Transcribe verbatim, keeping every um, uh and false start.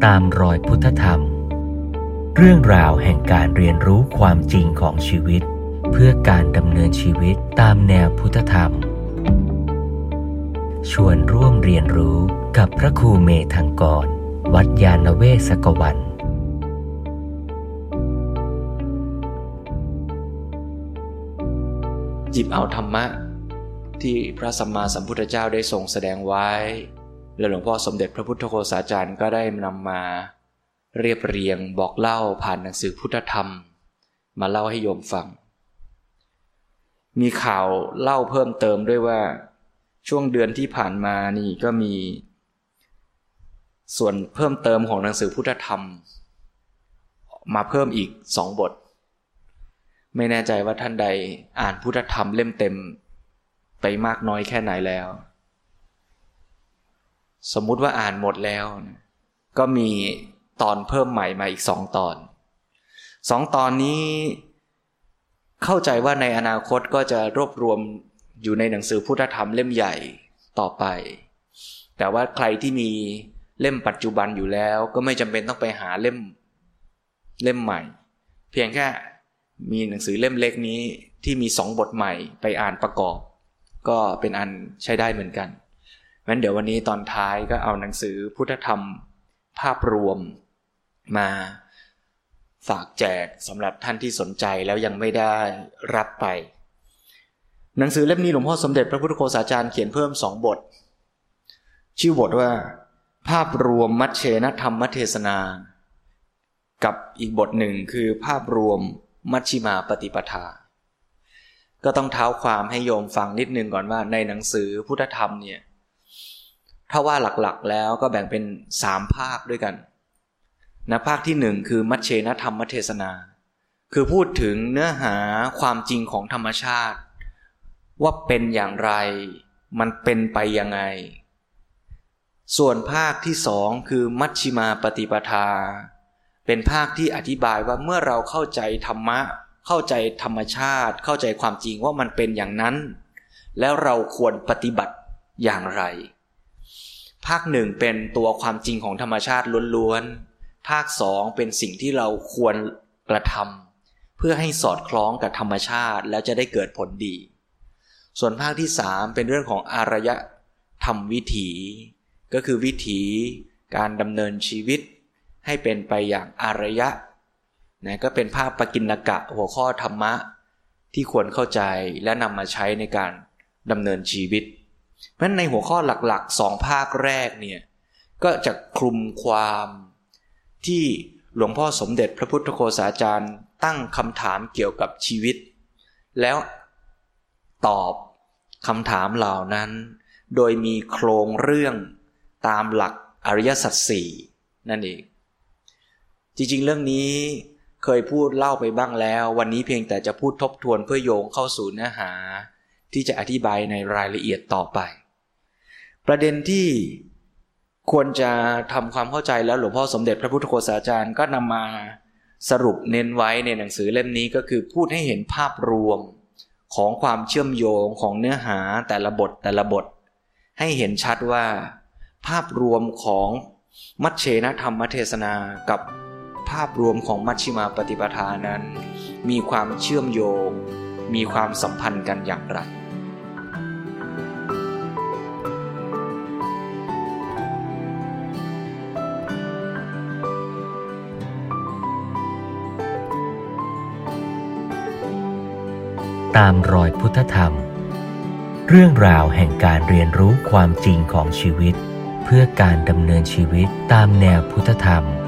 ตามรอยพุทธธรรมเรื่องราวแห่งการเรียนรู้ความจริงของชีวิตเพื่อการดำเนินชีวิตตามแนวพุทธธรรมชวนร่วมเรียนรู้กับพระครูเมธังกรวัดยานเวศกวันหยิบเอาธรรมะที่พระสัมมาสัมพุทธเจ้าได้ทรงแสดงไว้และหลวงพ่อสมเด็จพระพุทธโฆษาจารย์ก็ได้นำมาเรียบเรียงบอกเล่าผ่านหนังสือพุทธธรรมมาเล่าให้โยมฟังมีข่าวเล่าเพิ่มเติมด้วยว่าช่วงเดือนที่ผ่านมานี่ก็มีส่วนเพิ่มเติมของหนังสือพุทธธรรมมาเพิ่มอีกสองบทไม่แน่ใจว่าท่านใดอ่านพุทธธรรมเล่มเต็มไปมากน้อยแค่ไหนแล้วสมมุติว่าอ่านหมดแล้วก็มีตอนเพิ่มใหม่มาอีกสองตอนสองตอนนี้เข้าใจว่าในอนาคตก็จะรวบรวมอยู่ในหนังสือพุทธธรรมเล่มใหญ่ต่อไปแต่ว่าใครที่มีเล่มปัจจุบันอยู่แล้วก็ไม่จำเป็นต้องไปหาเล่มเล่มใหม่เพียงแค่มีหนังสือเล่มเล็กนี้ที่มีสองบทใหม่ไปอ่านประกอบก็เป็นอันใช้ได้เหมือนกันงั้นเดี๋ยววันนี้ตอนท้ายก็เอาหนังสือพุทธธรรมภาพรวมมาฝากแจกสำหรับท่านที่สนใจแล้วยังไม่ได้รับไปหนังสือเล่มนี้หลวงพ่อสมเด็จพระพุทธโฆษาจารย์เขียนเพิ่มสองบทชื่อบทว่าภาพรวมมัชเชนธรรมเทศนากับอีกบทหนึ่งคือภาพรวมมัชฌิมาปฏิปทาก็ต้องเท้าความให้โยมฟังนิดนึงก่อนว่าในหนังสือพุทธธรรมเนี่ยถ้าว่าหลักๆแล้วก็แบ่งเป็นสามภาคด้วยกันนะภาคที่หนึ่งคือมัชเชนธรรมเทศนาคือพูดถึงเนื้อหาความจริงของธรรมชาติว่าเป็นอย่างไรมันเป็นไปยังไงส่วนภาคที่สองคือมัชฌิมาปฏิปทาเป็นภาคที่อธิบายว่าเมื่อเราเข้าใจธรรมะเข้าใจธรรมชาติเข้าใจความจริงว่ามันเป็นอย่างนั้นแล้วเราควรปฏิบัติอย่างไรภาคหนึ่งเป็นตัวความจริงของธรรมชาติล้วนๆภาคสองเป็นสิ่งที่เราควรกระทำเพื่อให้สอดคล้องกับธรรมชาติแล้วจะได้เกิดผลดีส่วนภาคที่สามเป็นเรื่องของอารยธรรมวิถีก็คือวิถีการดำเนินชีวิตให้เป็นไปอย่างอารยะนะก็เป็นภาคปกิณกะหัวข้อธรรมะที่ควรเข้าใจและนำมาใช้ในการดำเนินชีวิตเพราะฉะนั้นในหัวข้อหลักๆสองภาคแรกเนี่ยก็จะคลุมความที่หลวงพ่อสมเด็จพระพุทธโฆษาจารย์ตั้งคำถามเกี่ยวกับชีวิตแล้วตอบคำถามเหล่านั้นโดยมีโครงเรื่องตามหลักอริยสัจสี่นั่นเองจริงๆเรื่องนี้เคยพูดเล่าไปบ้างแล้ววันนี้เพียงแต่จะพูดทบทวนเพื่อโยงเข้าสู่เนื้อหาที่จะอธิบายในรายละเอียดต่อไปประเด็นที่ควรจะทำความเข้าใจแล้วหลวงพ่อสมเด็จพระพุทธโฆษาจารย์ก็นำมาสรุปเน้นไว้ในหนังสือเล่มนี้ก็คือพูดให้เห็นภาพรวมของความเชื่อมโยงของเนื้อหาแต่ละบทแต่ละบทให้เห็นชัดว่าภาพรวมของมัชเชนธรรมเทศนากับภาพรวมของมัชฌิมาปฏิปทานั้นมีความเชื่อมโยงมีความสัมพันธ์กันอย่างไรตามรอยพุทธธรรมเรื่องราวแห่งการเรียนรู้ความจริงของชีวิตเพื่อการดำเนินชีวิตตามแนวพุทธธรรม